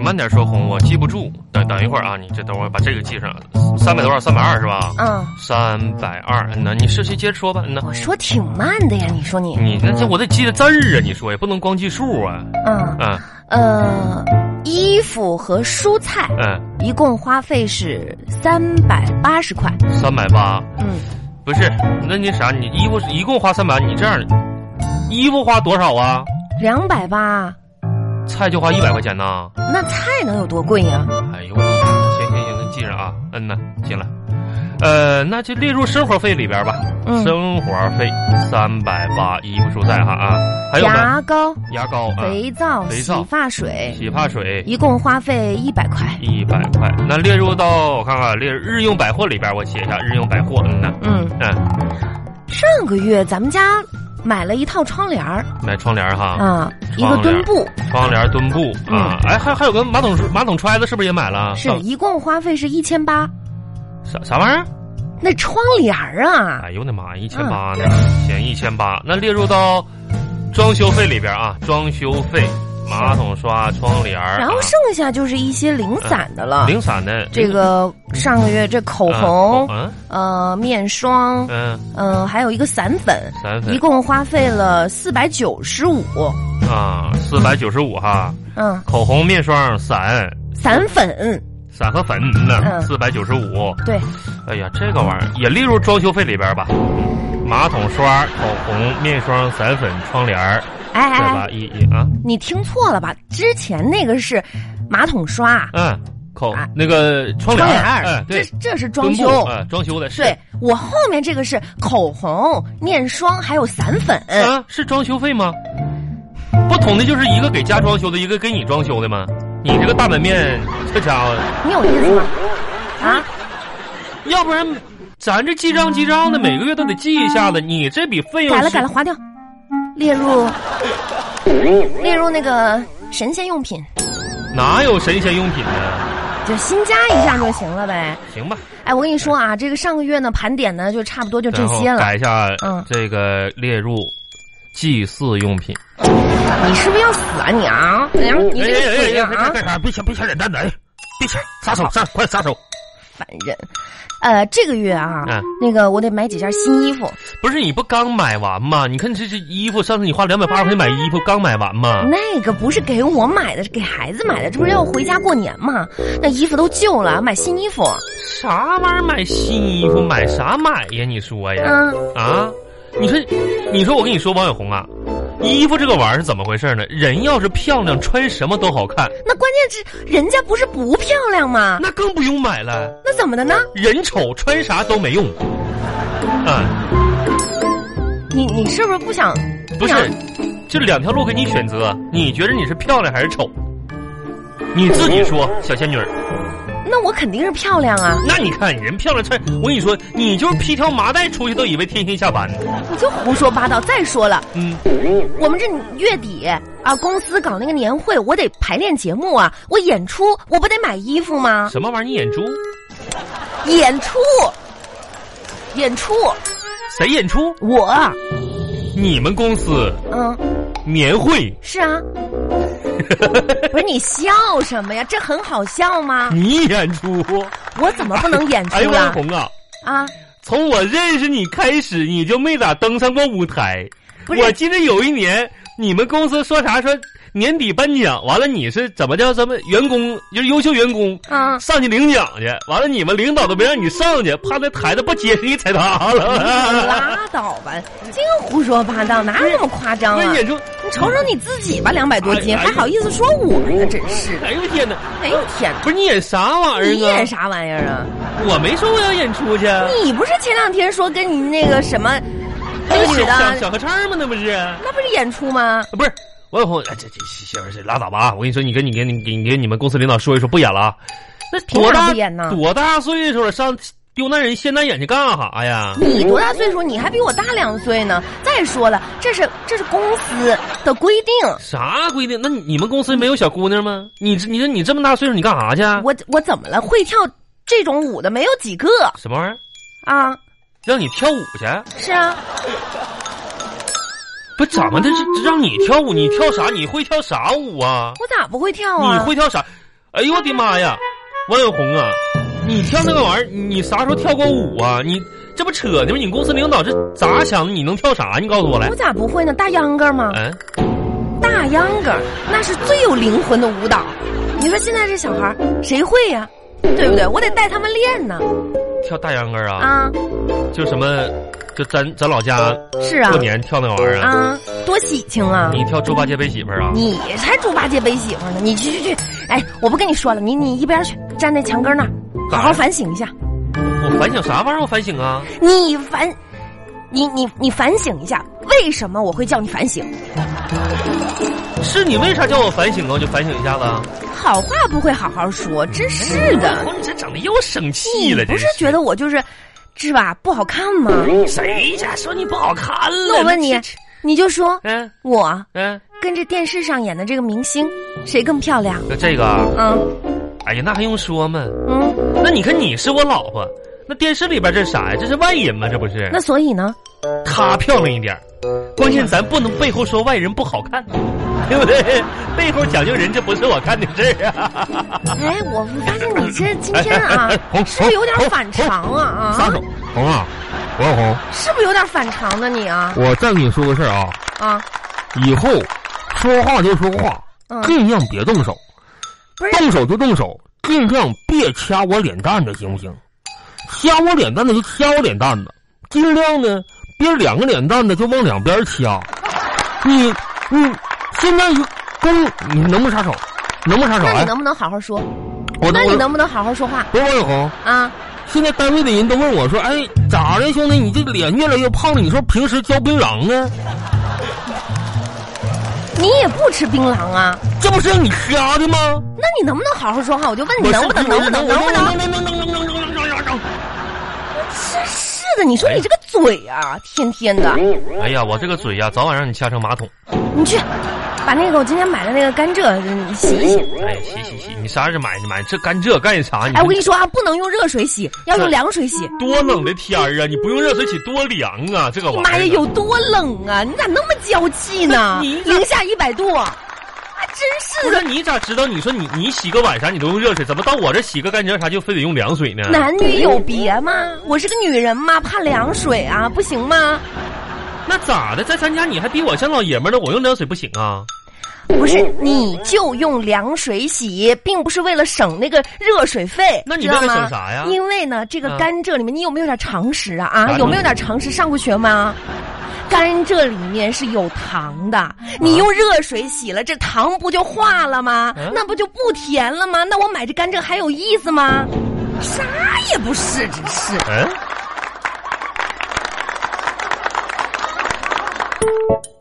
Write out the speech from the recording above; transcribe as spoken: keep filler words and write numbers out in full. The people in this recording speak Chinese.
慢点说红，我记不住。等等一会儿啊，你这等会儿把这个记上。三百多少？三百二是吧？ 嗯， 三百二。那你试试接着说吧。那我说挺慢的呀，你说你你那这我得记得字儿啊，你说也不能光记数啊。 嗯嗯呃，衣服和蔬菜， 嗯， 一共花费是三百八十块。 三百八。 嗯， 不是，那你啥？你衣服一共花三百，你这样，衣服花多少啊？ 两百八。 菜就花一百块钱呢？ 那菜能有多贵呀？ 哎呦我天！行行行，记着啊。嗯呐，行了。呃，那就列入生活费里边吧。 嗯， 生活费三百八，衣服蔬菜哈啊，还有呢牙膏、 牙膏、 肥皂、 肥皂、 洗发水、 洗发水， 一共花费一百块。 一百块。那列入到我看看，列日用百货里边，我写一下日用百货。嗯呐， 嗯嗯， 上个月咱们家买了一套窗帘儿， 买窗帘哈啊，一个墩布， 窗帘墩布啊，哎，还还有个马桶马桶揣子，是不是也买了？ 是，一共花费是一千八。 啥啥玩意儿？ 那窗帘儿啊！ 哎呦我的妈，一千八呢，行，一千八。那列入到装修费里边啊，装修费，马桶刷、窗帘， 然后剩下就是一些零散的了。 零散的， 这个上个月这口红， 嗯， 呃，面霜， 嗯， 呃，还有一个散粉， 散粉， 一共花费了四百九十五。 啊，四百九十五哈。 嗯， 口红、面霜、散散粉。 散和粉呢，四百九十五。 对， 哎呀，这个玩意儿也列入装修费里边吧。马桶刷、口红、面霜、散粉、窗帘儿， 哎哎， 吧？一一啊， 你听错了吧？之前那个是马桶刷， 嗯，口、 啊、 那个窗帘，哎，对， 这这是装修， 啊，装修的是。 对，我后面这个是口红、面霜还有散粉， 啊，是装修费吗？不同的就是一个给家装修的，一个给你装修的吗？你这个大门面，这家伙， 你有意思吗？啊， 要不然咱这记账记账的，每个月都得记一下子。你这笔费用改了改了，划掉，列入列入那个神仙用品。 哪有神仙用品呢？ 就新加一下就行了呗。 行吧。 哎，我跟你说啊，这个上个月呢盘点呢，就差不多就这些了。 改一下， 嗯， 这个列入祭祀用品。 你是不是要死啊你啊？哎呀，你这个嘴啊！ 别抢别抢脸蛋子，别抢，撒手上，快撒手！ 烦人。呃，这个月啊， 嗯， 那个我得买几件新衣服。 不是你不刚买完吗？你看这这衣服，上次你花两百八十块买衣服，刚买完吗？ 那个不是给我买的，是给孩子买的，这不是要回家过年吗？那衣服都旧了，买新衣服。 啥玩意儿买新衣服？买啥买呀？你说呀？ 嗯啊，你说，你说我跟你说，王小红啊。衣服这个玩意儿是怎么回事呢？人要是漂亮，穿什么都好看。 那关键是人家不是不漂亮吗？ 那更不用买了。 那怎么的呢？ 人丑穿啥都没用。啊， 你你是不是不想？ 不是，这两条路给你选择，你觉得你是漂亮还是丑？你自己说，小仙女儿。 那我肯定是漂亮啊！ 那你看人漂亮穿，我跟你说，你就是披条麻袋出去都以为天仙下凡。 你就胡说八道！再说了， 嗯， 我们这月底啊，公司搞那个年会，我得排练节目啊，我演出，我不得买衣服吗？ 什么玩意儿？你演出？ 演出？演出？ 谁演出？ 我。 你们公司？ 嗯， 年会？ 是啊。不是你笑什么呀？这很好笑吗？ 你演出， 我怎么不能演出了？ 哎，王红啊， 啊！ 从我认识你开始，你就没咋登上过舞台。我记得有一年，你们公司说啥说年底颁奖，完了你是怎么叫什么员工，就是优秀员工啊， 上去领奖去，完了你们领导都没让你上去，怕那台子不结实你踩塌了。 拉倒吧，净胡说八道，哪有那么夸张啊？ 演出， 你瞅瞅你自己吧，两百多斤，还好意思说我呢？真是的！ 哎呦天哪！ 哎呦天哪！ 不是你演啥玩意儿啊？ 你演啥玩意儿啊？ 我没说我要演出去。 你不是前两天说跟你那个什么那个女的小小合唱吗？那不是？ 那不是演出吗？ 不是。我有朋友，哎，这这媳妇儿，这拉倒吧！我跟你说，你跟你跟你给你跟你们公司领导说一说，不演了啊。那多大不演呢？ 多大岁数了，上丢那人现在演去干啥呀？ 你多大岁数？你还比我大两岁呢。再说了，这是这是公司的规定。 啥规定？那你们公司没有小姑娘吗？你你说你这么大岁数，你干啥去？ 我我怎么了？会跳这种舞的没有几个。 什么玩意儿？ 啊？ 让你跳舞去？ 是啊。 不怎么的，让你跳舞，你跳啥？你会跳啥舞啊？ 我咋不会跳啊？ 你会跳啥？ 哎呦我的妈呀，王小红啊，你跳那个玩意儿，你啥时候跳过舞啊？你这不扯呢吗？你公司领导这咋想的？你能跳啥？你告诉我来。 我咋不会呢？大秧歌吗？ 嗯， 大秧歌那是最有灵魂的舞蹈。你说现在这小孩谁会呀、啊？对不对？我得带他们练呢。 跳大秧歌啊？ 啊， 就什么，就咱咱老家是啊， 过年跳那玩意儿啊， 啊，多喜庆啊！ 你跳猪八戒背媳妇儿啊？ 你才猪八戒背媳妇呢！你去去去！哎，我不跟你说了，你你一边去，站在墙根那儿，好好反省一下。 我反省啥玩意儿？我反省啊！ 你反，你你你反省一下，为什么我会叫你反省？ 是你为啥叫我反省啊？我就反省一下子。 好话不会好好说，真是的！ 你这整的又生气了， 你不是觉得我就是，是吧？不好看吗？ 谁家说你不好看了？ 那我问你，你就说， 嗯， 我， 嗯， 跟这电视上演的这个明星，谁更漂亮？ 这个啊， 嗯， 哎呀，那还用说吗？ 嗯， 那你看你是我老婆，那电视里边这是啥呀？这是外人吗？这不是？ 那所以呢？ 她漂亮一点，关键咱不能背后说外人不好看。对不对？背后讲究人，这不是我干的事儿啊！ 哎，我发现你这今天啊，是不是有点反常啊？啊！ 撒手，红啊，王小红， 是不是有点反常呢？你啊， 我再跟你说个事儿啊， 啊， 以后说话就说话， 嗯、 尽量别动手， 不是动手就动手，尽量别掐我脸蛋子，行不行？掐我脸蛋子就掐我脸蛋子，尽量呢别两个脸蛋子就往两边掐。你你。现在一公，你能不能撒手？能不能撒手？ 那你能不能好好说？ 我那你能不能好好说话？ 不是王小红啊！ 现在单位的人都问我说：“哎，咋的，兄弟？你这脸越来越胖了？你说平时嚼槟榔呢？” 你也不吃槟榔啊？ 这不是让你掐的吗？ 那你能不能好好说话？我就问你能不能，能不能，能不能？ 能能能能能能能能能！ 真是的，你说你这个嘴啊，天天的。 哎呀，我这个嘴呀、啊，早晚让你掐成马桶。 你去。把那个我今天买的那个甘蔗你洗一洗。 哎，洗洗洗！你啥时买买这甘蔗干啥？ 哎，我跟你说啊，不能用热水洗，要用凉水洗。 多冷的天儿啊！你不用热水洗多凉啊！这个玩意儿。 妈呀，有多冷啊！你咋那么娇气呢？零下一百度，啊，真是的。 不是你咋知道？你说你你洗个碗啥你都用热水，怎么到我这洗个甘蔗啥就非得用凉水呢？ 男女有别吗？我是个女人嘛，怕凉水啊，不行吗？ 那咋的？在咱家你还比我像老爷们儿呢，我用凉水不行啊？ 不是，你就用凉水洗，并不是为了省那个热水费。 那你为了省啥呀？ 因为呢，这个甘蔗里面，你有没有点常识啊？啊，有没有点常识？上过学吗？甘蔗里面是有糖的，你用热水洗了，这糖不就化了吗？ 啊、 那不就不甜了吗？那我买这甘蔗还有意思吗？啥也不是，真是。 嗯。